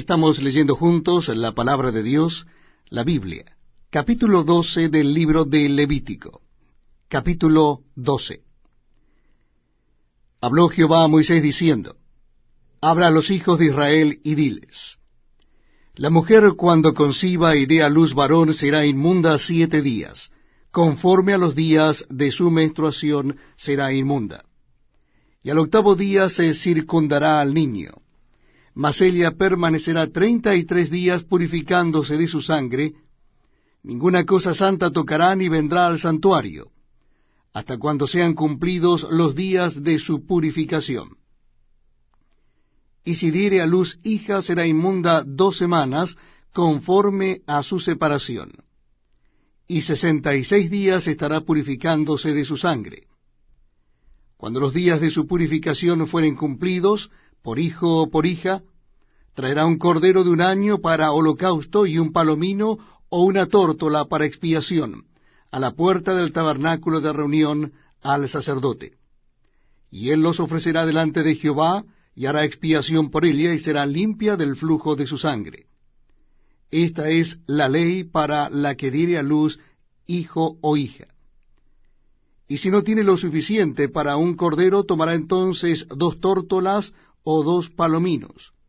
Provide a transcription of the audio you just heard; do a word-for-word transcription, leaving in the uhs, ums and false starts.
Estamos leyendo juntos la palabra de Dios, la Biblia, capítulo doce del libro de Levítico. Capítulo doce. Habló Jehová a Moisés diciendo: Habla a los hijos de Israel y diles: La mujer cuando conciba y dé a luz varón será inmunda siete días, conforme a los días de su menstruación será inmunda. Y al octavo día se circundará al niño. Mas ella permanecerá treinta y tres días purificándose de su sangre, ninguna cosa santa tocará ni vendrá al santuario, hasta cuando sean cumplidos los días de su purificación. Y si diere a luz hija será inmunda dos semanas, conforme a su separación. Y sesenta y seis días estará purificándose de su sangre. Cuando los días de su purificación fueren cumplidos, por hijo o por hija, traerá un cordero de un año para holocausto y un palomino o una tórtola para expiación, a la puerta del tabernáculo de reunión al sacerdote. Y él los ofrecerá delante de Jehová, y hará expiación por ella, y será limpia del flujo de su sangre. Esta es la ley para la que diere a luz hijo o hija. Y si no tiene lo suficiente para un cordero, tomará entonces dos tórtolas o dos palominos,